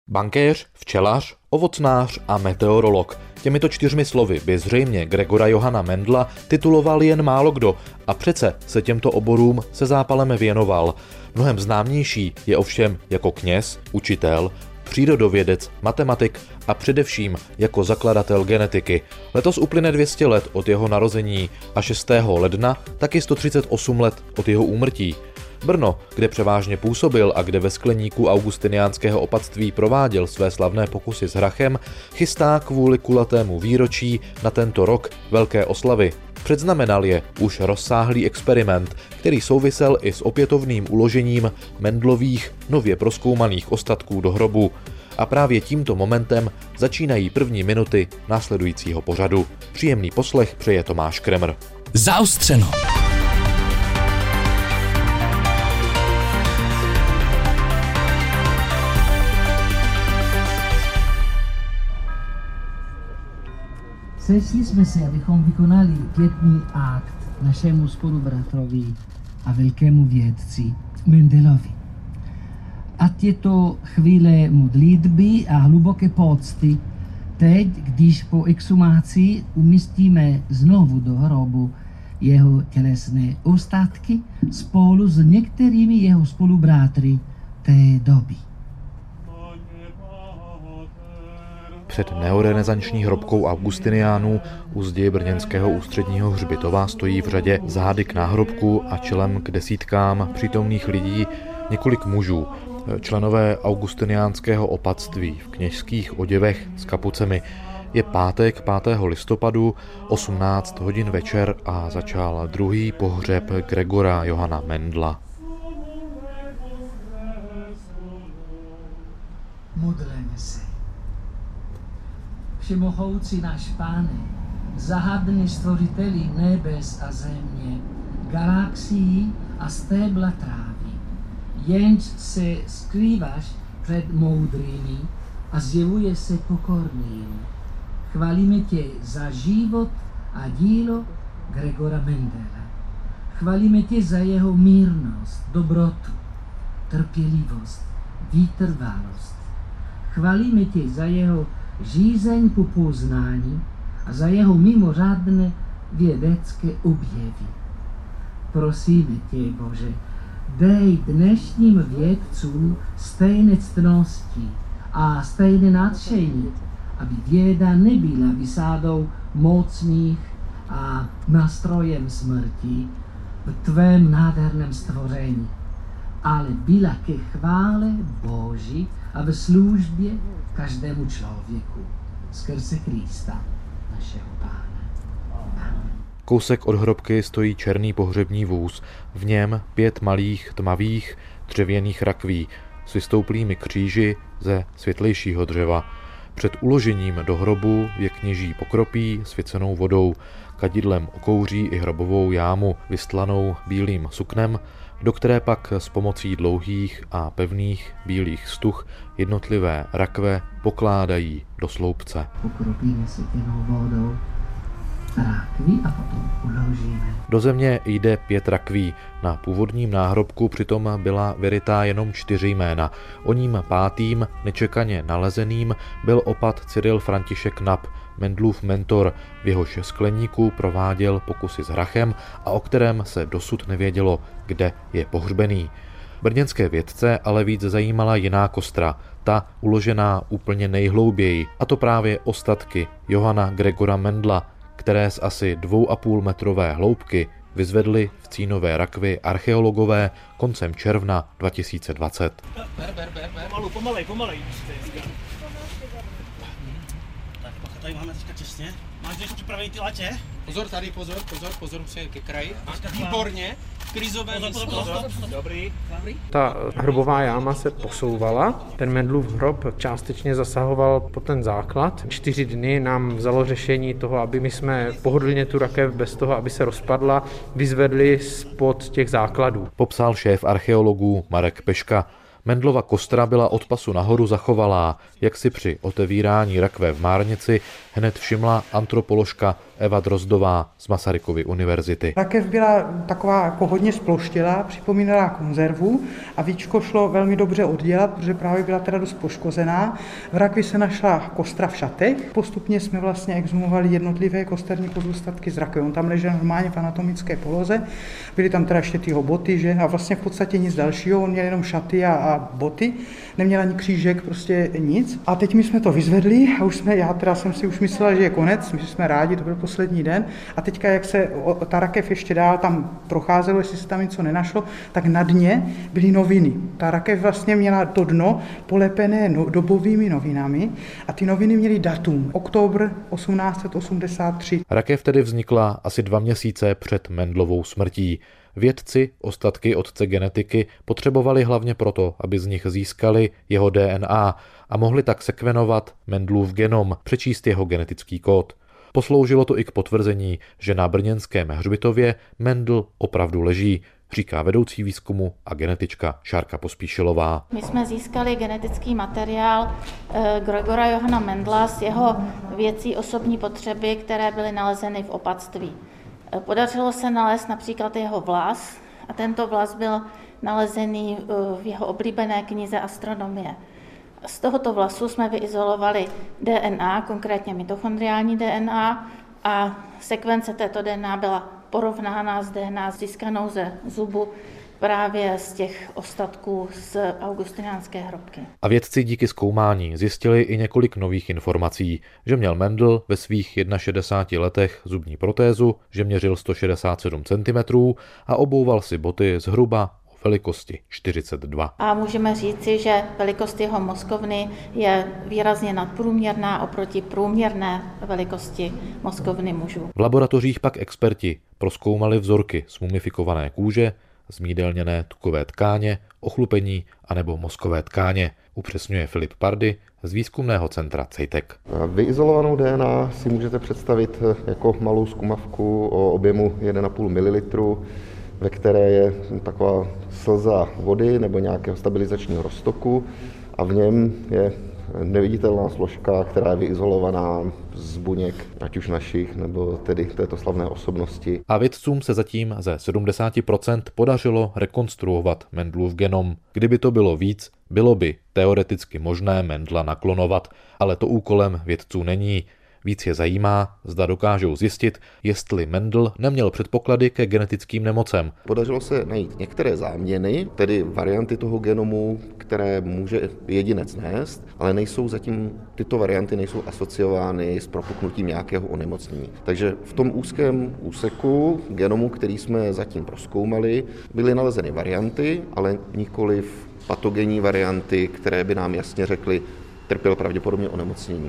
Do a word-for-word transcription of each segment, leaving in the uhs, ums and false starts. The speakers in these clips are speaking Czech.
Bankéř, včelař, ovocnář a meteorolog. Těmito čtyřmi slovy by zřejmě Gregora Johana Mendla tituloval jen málo kdo a přece se těmto oborům se zápalem věnoval. Mnohem známější je ovšem jako kněz, učitel, přírodovědec, matematik a především jako zakladatel genetiky. Letos uplyne dvě stě let od jeho narození a šestého ledna taky sto třicet osm let od jeho úmrtí. Brno, kde převážně působil a kde ve skleníku augustiniánského opatství prováděl své slavné pokusy s hrachem, chystá kvůli kulatému výročí na tento rok velké oslavy. Předznamenal je už rozsáhlý experiment, který souvisel i s opětovným uložením Mendlových nově prozkoumaných ostatků do hrobu. A právě tímto momentem začínají první minuty následujícího pořadu. Příjemný poslech přeje Tomáš Kremr. Zaostřeno. Sešli jsme se, abychom vykonali pietný akt našemu spolubratrovi a velkému vědci Mendelovi. A těto chvíle modlitby a hluboké pocty teď, když po exhumaci umístíme znovu do hrobu jeho tělesné ostatky spolu s některými jeho spolubratry té doby. Před neorenesanční hrobkou Augustiniánů u zdi brněnského ústředního hřbitova stojí v řadě zády k náhrobku a čelem k desítkám přítomných lidí několik mužů, členové augustiniánského opatství v kněžských oděvech s kapucemi. Je pátek pátého listopadu, osmnáct hodin večer a začal druhý pohřeb Gregora Johana Mendla. Modleme se. Všemohoucí náš Pane, zahadný stvořiteli nebes a země, galaxií a stébla trávy, jenž se skrýváš před moudrými a zjevuje se pokorným. Chválíme tě za život a dílo Gregora Mendela. Chválíme tě za jeho mírnost, dobrotu, trpělivost, vytrvalost. Chválíme tě za jeho žízeň po poznání a za jeho mimořádné vědecké objevy. Prosíme tě, Bože, dej dnešním vědcům stejné ctnosti a stejné nadšení, aby věda nebyla vysádou mocných a nástrojem smrti v tvém nádherném stvoření, ale byla ke chvále Boží a ve službě každému člověku skrze Krista, našeho Pána. Amen. Kousek od hrobky stojí černý pohřební vůz, v něm pět malých tmavých dřevěných rakví s vystouplými kříži ze světlejšího dřeva. Před uložením do hrobu je kněží pokropí svěcenou vodou, kadidlem okouří i hrobovou jámu vystlanou bílým suknem, do které pak s pomocí dlouhých a pevných bílých stuh jednotlivé rakve pokládají do sloupce. Pokropíme svěcenou vodou rakví a potom uložíme. Do země jde pět rakví. Na původním náhrobku přitom byla vyrytá jenom čtyři jména. O ním pátým, nečekaně nalezeným, byl opat Cyril František Knap, Mendlův mentor, v jehož skleníku prováděl pokusy s hrachem a o kterém se dosud nevědělo, kde je pohřbený. Brněnské vědce ale víc zajímala jiná kostra, ta uložená úplně nejhlouběji, a to právě ostatky Johana Gregora Mendla, které z asi dvou a půl metrové hloubky vyzvedli v cínové rakvi archeologové koncem června dva tisíce dvacet. Ber, ber, ber, ber, pomalu, pomalej, pomalej. Tak, pak tady máme teďka těsně. Máš když připravený ty latě? Pozor, tady, pozor, pozor, pozor, musím ke kraji. Výborně, krizové místo. Dobrý. Ta hrobová jáma se posouvala, ten Mendlův hrob částečně zasahoval po ten základ. Čtyři dny nám vzalo řešení toho, aby my jsme pohodlně tu rakev bez toho, aby se rozpadla, vyzvedli spod těch základů. Popsal šéf archeologů Marek Peška. Mendlova kostra byla od pasu nahoru zachovalá, jak si při otevírání rakve v Márnici hned všimla antropoložka Eva Drozdová z Masarykovy univerzity. Rakev byla taková jako hodně sploštělá, připomínala konzervu a víčko šlo velmi dobře oddělat, protože právě byla teda dost poškozená. V rakvi se našla kostra v šatech. Postupně jsme vlastně exhumovali jednotlivé kosterní pozůstatky z rakve. On tam ležel normálně v anatomické poloze. Byly tam teda ještě ty jeho boty, že? A vlastně v podstatě nic dalšího. On měl jenom šaty a, a boty. Neměl ani křížek, prostě nic. A teď my jsme to vyzvedli a už jsme, já teda jsem si už myslela, že je konec, my jsme rádi, to byl poslední den. A teďka, jak se o, ta rakev ještě dál tam procházelo, jestli se tam něco nenašlo, tak na dně byly noviny. Ta rakev vlastně měla to dno polepené no, dobovými novinami a ty noviny měly datum oktober osmnáct set osmdesát tři. Rakev tedy vznikla asi dva měsíce před Mendlovou smrtí. Vědci ostatky otce genetiky potřebovali hlavně proto, aby z nich získali jeho D N A a mohli tak sekvenovat Mendlův genom, přečíst jeho genetický kód. Posloužilo to i k potvrzení, že na brněnském hřbitově Mendl opravdu leží, říká vedoucí výzkumu a genetička Šárka Pospíšilová. My jsme získali genetický materiál Gregora Johana Mendla z jeho věcí osobní potřeby, které byly nalezeny v opatství. Podařilo se nalézt například jeho vlas a tento vlas byl nalezený v jeho oblíbené knize Astronomie. Z tohoto vlasu jsme vyizolovali D N A, konkrétně mitochondriální D N A, a sekvence této D N A byla porovnána s D N A získanou ze zubu právě z těch ostatků z augustiniánské hrobky. A vědci díky zkoumání zjistili i několik nových informací, že měl Mendl ve svých šedesáti jedné letech zubní protézu, že měřil sto šedesát sedm centimetrů a obouval si boty zhruba o velikosti čtyřicet dva. A můžeme říci, že velikost jeho mozkovny je výrazně nadprůměrná oproti průměrné velikosti mozkovny mužů. V laboratořích pak experti prozkoumali vzorky z mumifikované kůže, zmídelněné tukové tkáně, ochlupení anebo mozkové tkáně, upřesňuje Filip Pardy z výzkumného centra Cejtek. Vyizolovanou D N A si můžete představit jako malou zkumavku o objemu jedna celá pět mililitru, ve které je taková slza vody nebo nějakého stabilizačního roztoku a v něm je neviditelná složka, která je vyizolovaná z buněk, ať už našich, nebo tedy této slavné osobnosti. A vědcům se zatím ze sedmdesát procent podařilo rekonstruovat Mendlův genom. Kdyby to bylo víc, bylo by teoreticky možné Mendla naklonovat, ale to úkolem vědců není. Víc je zajímá, zda dokážou zjistit, jestli Mendl neměl předpoklady ke genetickým nemocem. Podařilo se najít některé záměny, tedy varianty toho genomu, které může jedinec nést, ale nejsou zatím, tyto varianty nejsou asociovány s propuknutím nějakého onemocnění. Takže v tom úzkém úseku genomu, který jsme zatím prozkoumali, byly nalezeny varianty, ale nikoliv patogenní varianty, které by nám jasně řekly, trpěl pravděpodobně onemocněním.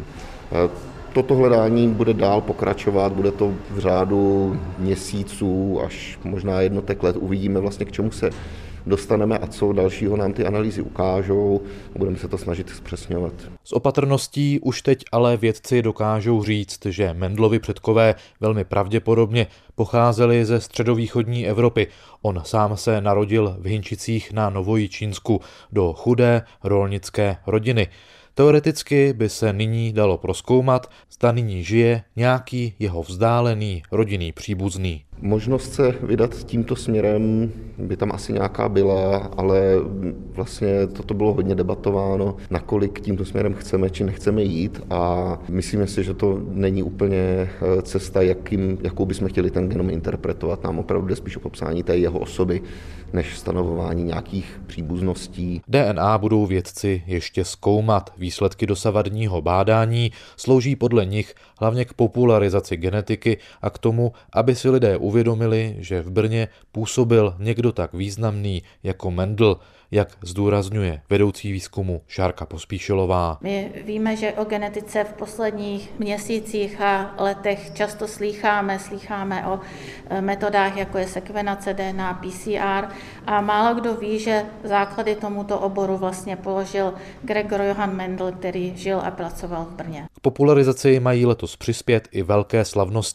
Toto hledání bude dál pokračovat, bude to v řádu měsíců až možná jednotek let. Uvidíme vlastně, k čemu se dostaneme a co dalšího nám ty analýzy ukážou. Budeme se to snažit zpřesňovat. S opatrností už teď ale vědci dokážou říct, že Mendlovi předkové velmi pravděpodobně pocházeli ze středovýchodní Evropy. On sám se narodil v Hinčicích na Novojičínsku do chudé rolnické rodiny. Teoreticky by se nyní dalo prozkoumat, zda nyní žije nějaký jeho vzdálený rodinný příbuzný. Možnost se vydat tímto směrem by tam asi nějaká byla, ale vlastně toto bylo hodně debatováno, nakolik tímto směrem chceme či nechceme jít a myslíme si, že to není úplně cesta, jakým, jakou bychom chtěli ten genom interpretovat. Nám opravdu jde spíš o popsání té jeho osoby, než stanovování nějakých příbuzností. D N A budou vědci ještě zkoumat. Výsledky dosavadního bádání slouží podle nich hlavně k popularizaci genetiky a k tomu, aby si lidé uvědomili, že v Brně působil někdo tak významný jako Mendl, jak zdůrazňuje vedoucí výzkumu Šárka Pospíšilová. My víme, že o genetice v posledních měsících a letech často slýcháme, slýcháme o metodách, jako je sekvenace D N A, P C R a málo kdo ví, že základy tomuto oboru vlastně položil Gregor Johann Mendl, který žil a pracoval v Brně. K popularizaci mají letos přispět i velké slavnosti.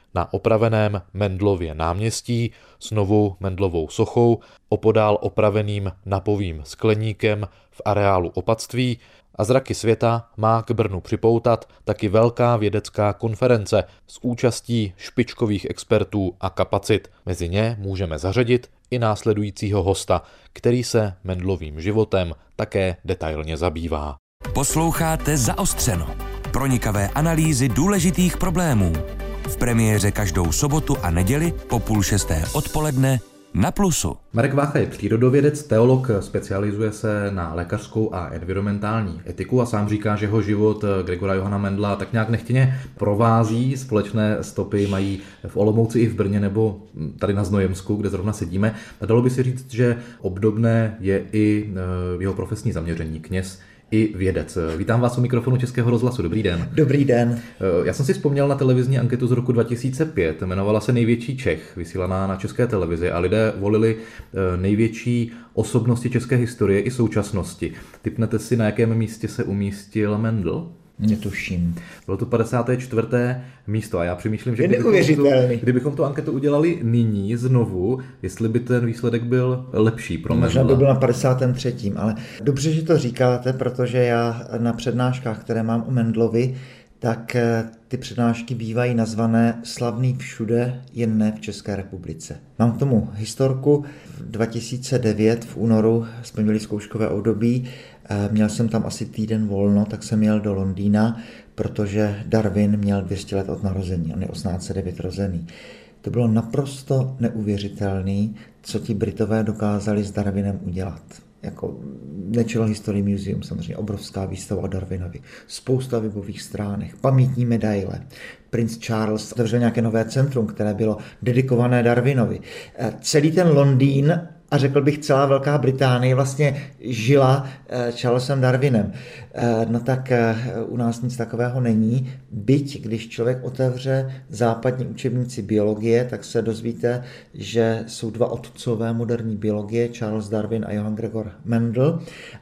Na opraveném Mendlově náměstí s novou Mendlovou sochou, opodál opraveným napovým skleníkem v areálu opatství a zraky světa má k Brnu připoutat taky velká vědecká konference s účastí špičkových expertů a kapacit. Mezi ně můžeme zařadit i následujícího hosta, který se Mendlovým životem také detailně zabývá. Posloucháte Zaostřeno. Pronikavé analýzy důležitých problémů. V premiéře každou sobotu a neděli po půl šesté odpoledne na Plusu. Marek Vácha je přírodovědec, teolog, specializuje se na lékařskou a environmentální etiku a sám říká, že jeho život Gregora Johana Mendla tak nějak nechtěně provází. Společné stopy mají v Olomouci i v Brně nebo tady na Znojemsku, kde zrovna sedíme. A dalo by si říct, že obdobné je i jeho profesní zaměření, kněz i vědec. Vítám vás u mikrofonu Českého rozhlasu. Dobrý den. Dobrý den. Já jsem si vzpomněl na televizní anketu z roku dva tisíce pět. Jmenovala se Největší Čech, vysílaná na České televizi a lidé volili největší osobnosti české historie i současnosti. Tipnete si, na jakém místě se umístil Mendl? Netuším. Bylo to padesáté čtvrté místo a já přemýšlím, že je kdybychom tu, kdybychom tu anketu udělali nyní znovu, jestli by ten výsledek byl lepší pro Mendla. Možná by byl na padesátém třetím ale dobře, že to říkáte, protože já na přednáškách, které mám o Mendlovi, tak ty přednášky bývají nazvané Slavný všude, jen ne v České republice. Mám k tomu historku. V dva tisíce devět v únoru jsme měli zkouškové období, měl jsem tam asi týden volno, tak jsem jel do Londýna, protože Darwin měl dvě stě let od narození, on je osmnáct set devět rozený. To bylo naprosto neuvěřitelné, co ti Britové dokázali s Darwinem udělat. Jako Natural History Museum, samozřejmě obrovská výstava o Darwinovi, spousta webových stránek, pamětní medaile. Prince Charles otevřel nějaké nové centrum, které bylo dedikované Darwinovi. Celý ten Londýn a řekl bych celá Velká Británie vlastně žila Charlesem Darwinem. No tak u nás nic takového není. Byť, když člověk otevře západní učebnici biologie, tak se dozvíte, že jsou dva otcové moderní biologie, Charles Darwin a Johann Gregor Mendel.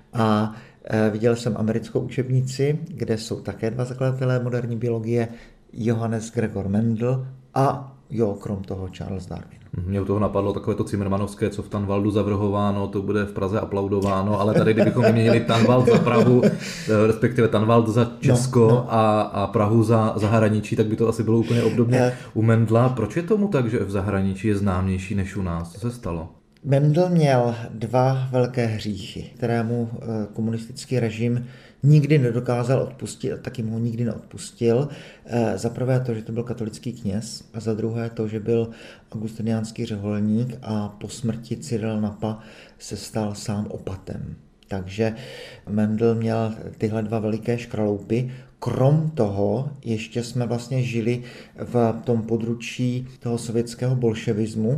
A viděl jsem americkou učebnici, kde jsou také dva zakladatelé moderní biologie, Johannes Gregor Mendel a jo, krom toho Charles Darwin. Mě u toho napadlo takové to Cimrmanovské, co v Tanvaldu zavrhováno, to bude v Praze aplaudováno, ale tady, kdybychom vyměnili Tanvald za Prahu, respektive Tanvald za Česko no, no. A, a Prahu za zahraničí, tak by to asi bylo úplně obdobně u Mendla. Proč je tomu tak, že v zahraničí je známější než u nás? Co se stalo? Mendel měl dva velké hříchy, kterému komunistický režim nikdy nedokázal odpustit a taky mu ho nikdy neodpustil. Za prvé to, že to byl katolický kněz a za druhé to, že byl augustiniánský řeholník a po smrti Cyrila Napa se stal sám opatem. Takže Mendel měl tyhle dva veliké škraloupy. Krom toho ještě jsme vlastně žili v tom područí toho sovětského bolševismu,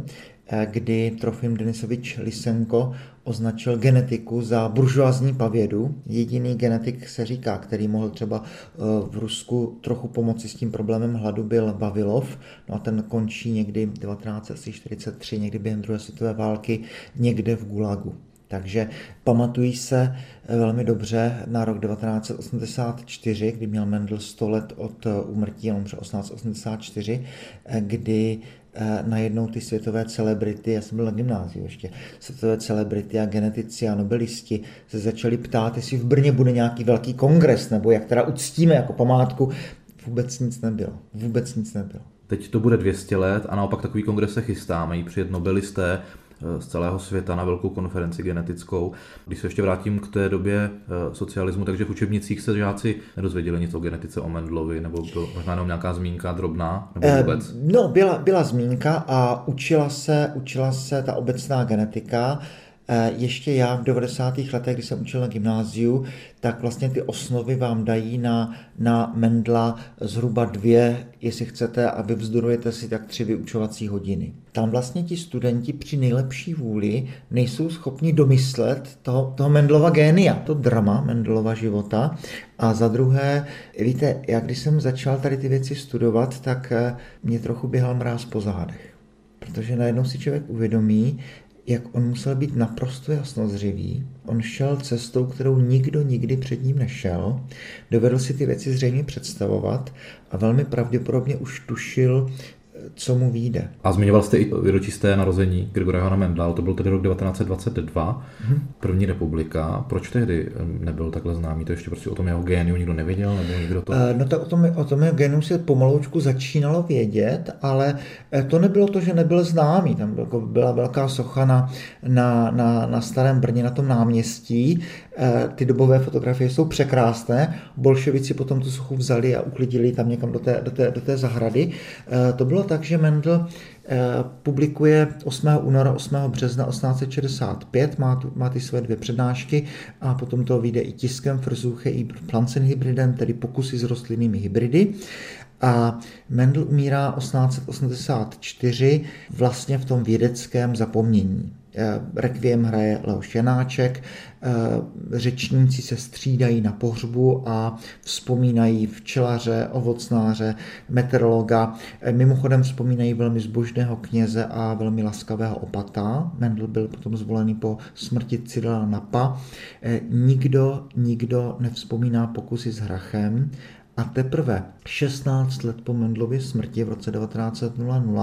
kdy Trofim Denisovič Lysenko označil genetiku za buržoazní pavědu. Jediný genetik se říká, který mohl třeba v Rusku trochu pomoci s tím problémem hladu, byl Vavilov. No a ten končí někdy devatenáct set čtyřicet tři, někdy během druhé světové války, někde v Gulagu. Takže pamatují se velmi dobře na rok devatenáct set osmdesát čtyři, kdy měl Mendel sto let od úmrtí, on umřel osmnáct set osmdesát čtyři, kdy najednou ty světové celebrity, já jsem byl na gymnáziu ještě, světové celebrity a genetici a nobelisti se začali ptát, jestli v Brně bude nějaký velký kongres, nebo jak teda uctíme jako památku. Vůbec nic nebylo. Vůbec nic nebylo. Teď to bude dvě stě let a naopak takový kongres se chystá, mají přijet nobelisté z celého světa na velkou konferenci genetickou. Když se ještě vrátím k té době socialismu, takže v učebnicích se žáci nedozvěděli nic o genetice, o Mendlovi, nebo to možná jenom nějaká zmínka drobná, nebo vůbec? No, byla, byla zmínka a učila se, učila se ta obecná genetika. Ještě já v devadesátých letech, když jsem učil na gymnáziu, tak vlastně ty osnovy vám dají na, na Mendla zhruba dvě, jestli chcete, a vy vzdorujete si tak tři vyučovací hodiny. Tam vlastně ti studenti při nejlepší vůli nejsou schopni domyslet toho, toho Mendlova génia, to drama Mendlova života. A za druhé, víte, já když jsem začal tady ty věci studovat, tak mě trochu běhal mráz po zádech. Protože najednou si člověk uvědomí, jak on musel být naprosto jasnozřivý. On šel cestou, kterou nikdo nikdy před ním nešel. Dovedl si ty věci zřejmě představovat a velmi pravděpodobně už tušil co mu vyjde. A zmiňoval jste i výročisté narození Gregora Johana Mendla, ale to byl tedy rok devatenáct set dvacet dva, hmm. první republika. Proč tehdy nebyl takhle známý? To ještě prostě o tom jeho géniu nikdo nevěděl? Nebo nikdo to... No tak o tom, o tom jeho géniu se pomaloučku začínalo vědět, ale to nebylo to, že nebyl známý. Tam byla velká socha na, na, na, na Starém Brně, na tom náměstí. Ty dobové fotografie jsou překrásné. Bolševici potom tu sochu vzali a uklidili tam někam do té, do té, do té zahrady. To bylo tak, že Mendl publikuje osmého února, osmého března osmnáct set šedesát pět, má, tu, má ty své dvě přednášky a potom to vyjde i tiskem Versuche i Pflanzenhybriden, tedy pokusy s rostlinnými hybridy. A Mendl umírá osmnáct set osmdesát čtyři vlastně v tom vědeckém zapomnění. Requiem hraje Leoš Janáček, řečníci se střídají na pohřbu a vzpomínají včelaře, ovocnáře, meteorologa. Mimochodem vzpomínají velmi zbožného kněze a velmi laskavého opata. Mendl byl potom zvolený po smrti Cyrila Napa. Nikdo, nikdo nevzpomíná pokusy s hrachem. A teprve šestnáct let po Mendlově smrti v roce devatenáct set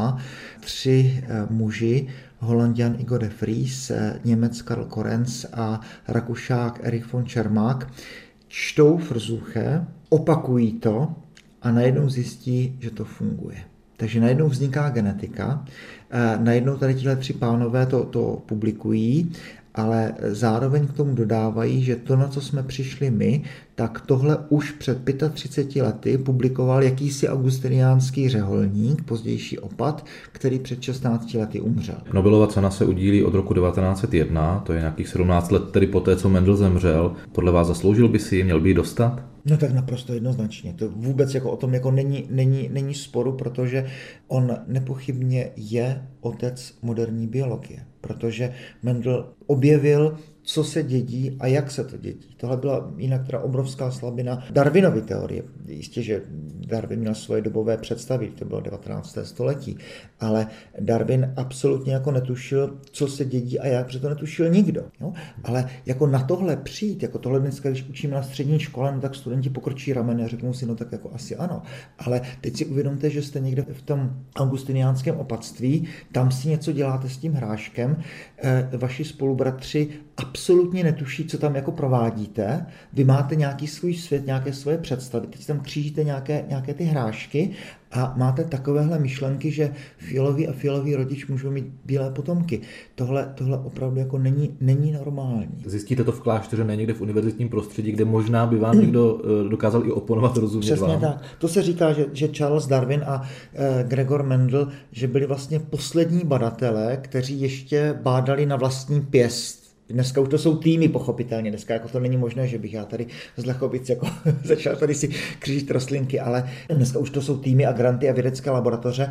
tři muži, Holanďan Igor de Vries, Němec Karl Korenz a Rakušák Erich von Čermák, čtou Versuche, opakují to a najednou zjistí, že to funguje. Takže najednou vzniká genetika, najednou tady tihle tři pánové to, to publikují, ale zároveň k tomu dodávají, že to, na co jsme přišli my, tak tohle už před třiceti pěti lety publikoval jakýsi augustiniánský řeholník, pozdější opat, který před šestnácti lety umřel. Nobelova cena se udílí od roku devatenáct set jedna, to je nějakých sedmnáct let tedy poté, co Mendl zemřel. Podle vás zasloužil by si ji, měl by ji dostat? No tak naprosto jednoznačně. To vůbec jako o tom jako není, není, není sporu, protože on nepochybně je otec moderní biologie, protože Mendl objevil, co se dědí a jak se to dědí. Tohle byla jinak teda obrovská slabina Darwinovy teorie. Jistě, že Darwin měl svoje dobové představy, to bylo devatenácté století, ale Darwin absolutně jako netušil, co se dědí a jak, protože to netušil nikdo. Jo? Ale jako na tohle přijít, jako tohle dneska, když učíme na střední škole, no tak studenti pokrčí rameny a řeknou si, no tak jako asi ano. Ale teď si uvědomte, že jste někde v tom augustiniánském opatství, tam si něco děláte s tím hráškem, eh, vaši spolubratři absolutně netuší, co tam jako provádíte, vy máte nějaký svůj svět, nějaké svoje představy, teď tam křížíte nějaké, nějaké ty hrášky a máte takovéhle myšlenky, že fialový a fialový rodič můžou mít bílé potomky. Tohle, tohle opravdu jako není, není normální. Zjistíte to v klášteře, ne někde v univerzitním prostředí, kde možná by vám někdo dokázal i oponovat, rozumět Přesně vám. tak. To se říká, že, že Charles Darwin a e, Gregor Mendel, že byli vlastně poslední badatelé, kteří ještě bádali na vlastní pěst. Dneska už to jsou týmy, pochopitelně. Dneska jako to není možné, že bych já tady z Lechovic jako začal tady si křížit rostlinky, ale dneska už to jsou týmy a granty a vědecké laboratoře.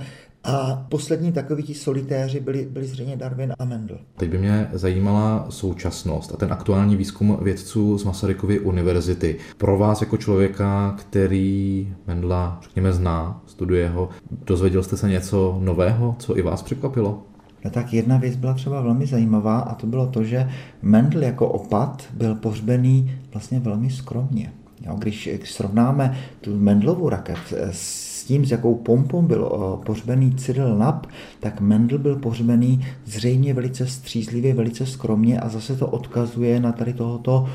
A poslední takoví ti solitéři byli, byli zřejmě Darwin a Mendel. Teď by mě zajímala současnost a ten aktuální výzkum vědců z Masarykovy univerzity. Pro vás jako člověka, který Mendla, řekněme, zná, studuje ho, dozvěděl jste se něco nového, co i vás překvapilo? No tak jedna věc byla třeba velmi zajímavá a to bylo to, že Mendl jako opat byl pohřbený vlastně velmi skromně. Jo, když srovnáme tu Mendlovu rakev s tím, s jakou pompou byl pohřbený Cyril Nap, tak Mendl byl pohřbený zřejmě velice střízlivě, velice skromně a zase to odkazuje na tady tohoto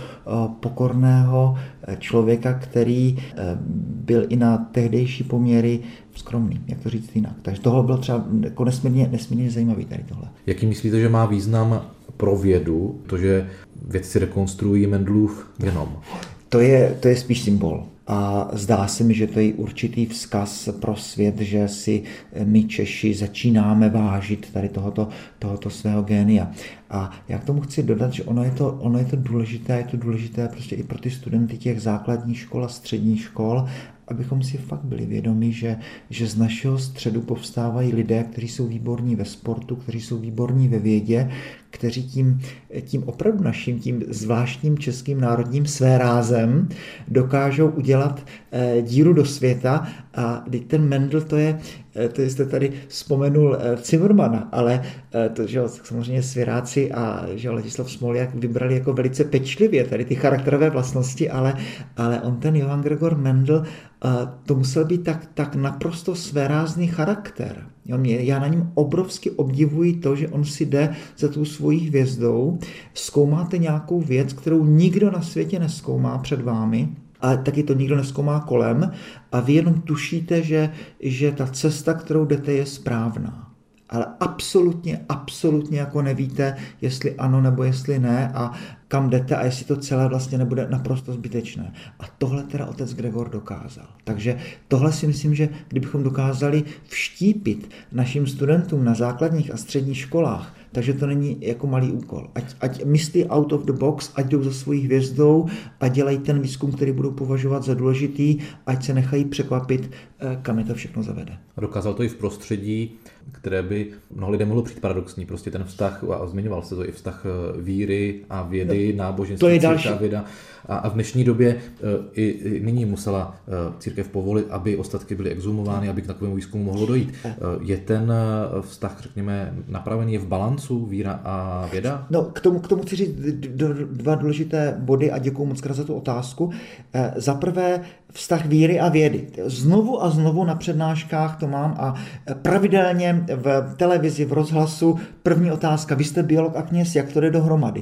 pokorného člověka, který byl i na tehdejší poměry skromný, jak to říct jinak. Takže tohle bylo třeba jako nesmírně, nesmírně zajímavý tady tohle. Jaký myslíte, že má význam pro vědu, to, že vědci rekonstruují Mendlův genom? To je, to je spíš symbol. A zdá se mi, že to je určitý vzkaz pro svět, že si my Češi začínáme vážit tady tohoto, tohoto svého génia. A já k tomu chci dodat, že ono je to, ono je to důležité, je to důležité prostě i pro ty studenty těch základních škol a středních škol, abychom si fakt byli vědomi, že, že z našeho středu povstávají lidé, kteří jsou výborní ve sportu, kteří jsou výborní ve vědě, kteří tím, tím opravdu naším, tím zvláštním českým národním svérázem dokážou udělat eh, díru do světa. A teď ten Mendl, to je, to jste tady vzpomenul Zimmermana, ale to, že samozřejmě svěráci a že Ladislav Smoljak vybrali jako velice pečlivě tady ty charakterové vlastnosti, ale, ale on ten Johann Gregor Mendel, to musel být tak, tak naprosto svérázný charakter. Jo, mě, já na něm obrovsky obdivuji to, že on si jde za tou svojí hvězdou, zkoumáte nějakou věc, kterou nikdo na světě nezkoumá před vámi, a taky to nikdo nezkoumá kolem a vy jenom tušíte, že, že ta cesta, kterou jdete, je správná. Ale absolutně, absolutně jako nevíte, jestli ano nebo jestli ne a kam jdete a jestli to celé vlastně nebude naprosto zbytečné. A tohle teda otec Gregor dokázal. Takže tohle si myslím, že kdybychom dokázali vštípit našim studentům na základních a středních školách, takže to není jako malý úkol. Ať, ať myslí out of the box, ať jdou za svojí hvězdou a dělají ten výzkum, který budou považovat za důležitý, ať se nechají překvapit, kam je to všechno zavede. A dokázal to i v prostředí, které by mnoho lidem mohlo přijít paradoxní. Prostě ten vztah, a zmiňoval se to i vztah víry a vědy, no, náboženství, to je další. Věda. A v dnešní době i, i nyní musela církev povolit, aby ostatky byly exhumovány, aby k takovému výzkumu mohlo dojít. Je ten vztah, řekněme, napravený, je v balancu víra a věda? No, k tomu, k tomu chci říct dva důležité body a děkuju moc krát za tu otázku. Za prvé vztah víry a vědy. Znovu a znovu na přednáškách to mám a pravidelně v televizi, v rozhlasu první otázka, vy jste biolog a kněz, jak to jde dohromady?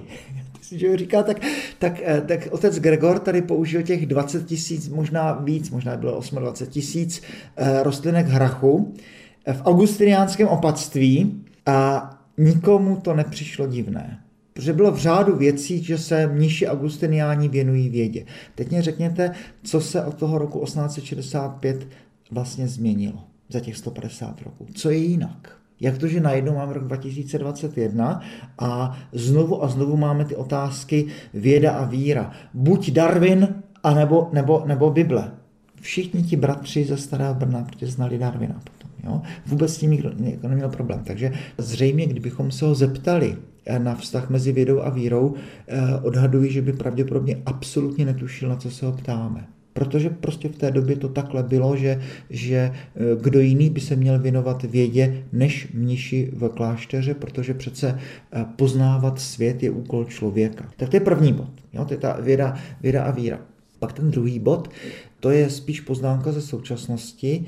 Že říká, tak, tak, tak otec Gregor tady použil těch dvacet tisíc, možná víc, možná bylo dvacet osm tisíc rostlinek hrachu v augustiniánském opatství a nikomu to nepřišlo divné. Protože bylo v řádu věcí, že se mniši augustiniáni věnují vědě. Teď mě řekněte, co se od toho roku osmnáct set šedesát pět vlastně změnilo za těch sto padesát roků. Co je jinak? Jak to, že najednou máme rok dva tisíce dvacet jedna a znovu a znovu máme ty otázky věda a víra. Buď Darwin, anebo, nebo, nebo Bible. Všichni ti bratři ze Starého Brna, protože znali Darwina potom. Jo? Vůbec s tím nikdo neměl problém. Takže zřejmě, kdybychom se ho zeptali na vztah mezi vědou a vírou, odhaduji, že by pravděpodobně absolutně netušil, na co se ho ptáme. Protože prostě v té době to takhle bylo, že, že kdo jiný by se měl věnovat vědě než mniši v klášteře, protože přece poznávat svět je úkol člověka. Tak to je první bod, jo? To je ta věda, věda a víra. Pak ten druhý bod, to je spíš poznámka ze současnosti.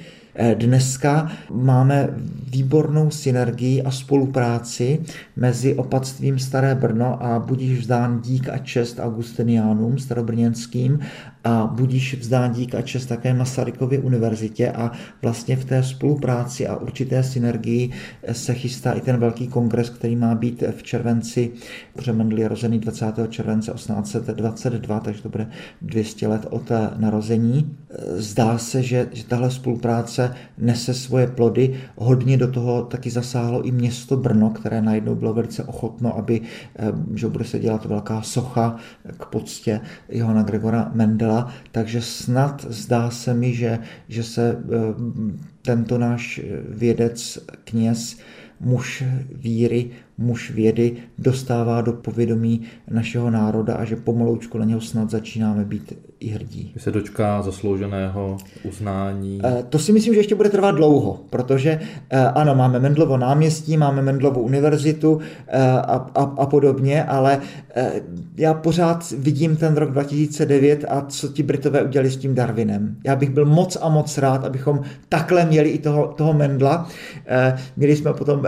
Dneska máme výbornou synergii a spolupráci mezi opatstvím Staré Brno a budíš vzdán dík a čest augustiniánům starobrněnským a budíš vzdán dík a čest také Masarykově univerzitě a vlastně v té spolupráci a určité synergii se chystá i ten velký kongres, který má být v červenci, protože Mendel je rozený dvacátého července osmnáct set dvacet dva, takže to bude dvě stě let od narození. Zdá se, že, že tahle spolupráce nese svoje plody. Hodně do toho taky zasáhlo i město Brno, které najednou bylo velice ochotno, aby, že bude se dělat velká socha k poctě Johana Gregora Mendela, takže snad zdá se mi, že, že se tento náš vědec, kněz, muž víry, muž vědy dostává do povědomí našeho národa a že pomaloučku na něho snad začínáme být i hrdí. Že se dočká zaslouženého uznání. To si myslím, že ještě bude trvat dlouho, protože ano, máme Mendelovo náměstí, máme Mendelovu univerzitu a, a, a podobně, ale já pořád vidím ten rok dva tisíce devět a co ti Britové udělali s tím Darwinem. Já bych byl moc a moc rád, abychom takhle měli i toho, toho Mendela. Měli jsme potom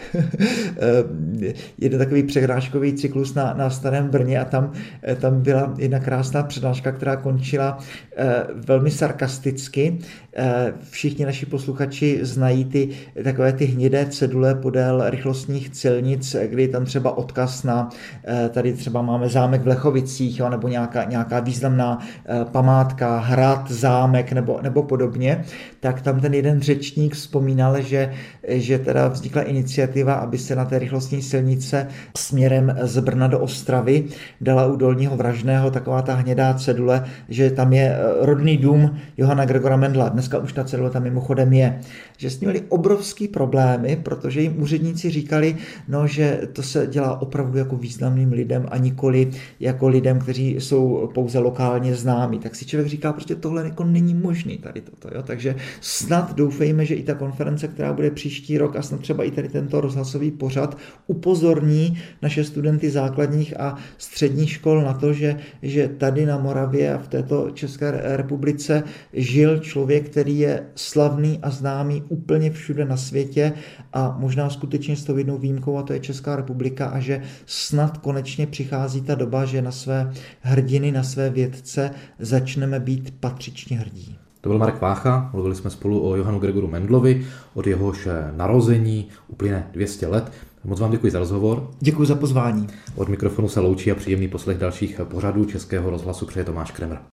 jeden takový přednáškový cyklus na, na Starém Brně a tam, tam byla jedna krásná přednáška, která končila eh, velmi sarkasticky. Eh, všichni naši posluchači znají ty takové ty hnědé cedule podél rychlostních silnic, kdy tam třeba odkaz na, eh, tady třeba máme zámek v Lechovicích, jo, nebo nějaká, nějaká významná eh, památka, hrad, zámek nebo, nebo podobně, tak tam ten jeden řečník vzpomínal, že, že teda vznikla iniciativa, aby se na té rychlostní silnice směrem z Brna do Ostravy dala u Dolního Vražného taková ta hnědá cedule, že tam je rodný dům Johana Gregora Mendela. Dneska už ta cedule tam mimochodem je. Že s ní měli obrovský problémy, protože jim úředníci říkali, no, že to se dělá opravdu jako významným lidem a nikoli jako lidem, kteří jsou pouze lokálně známí. Tak si člověk říká, prostě tohle jako není možný tady toto. Jo? Takže snad doufejme, že i ta konference, která bude příští rok a snad třeba i tady tento rozhlasový pořad upozorní naše studenty základních a středních škol na to, že, že tady na Moravě a v této České republice žil člověk, který je slavný a známý úplně všude na světě a možná skutečně s tou jednou výjimkou, a to je Česká republika, a že snad konečně přichází ta doba, že na své hrdiny, na své vědce začneme být patřičně hrdí. To byl Marek Vácha, mluvili jsme spolu o Johannu Gregoru Mendlovi, od jehož narození uplyne dvě stě let. Moc vám děkuji za rozhovor. Děkuji za pozvání. Od mikrofonu se loučí a příjemný poslech dalších pořadů Českého rozhlasu přeje Tomáš Kremr.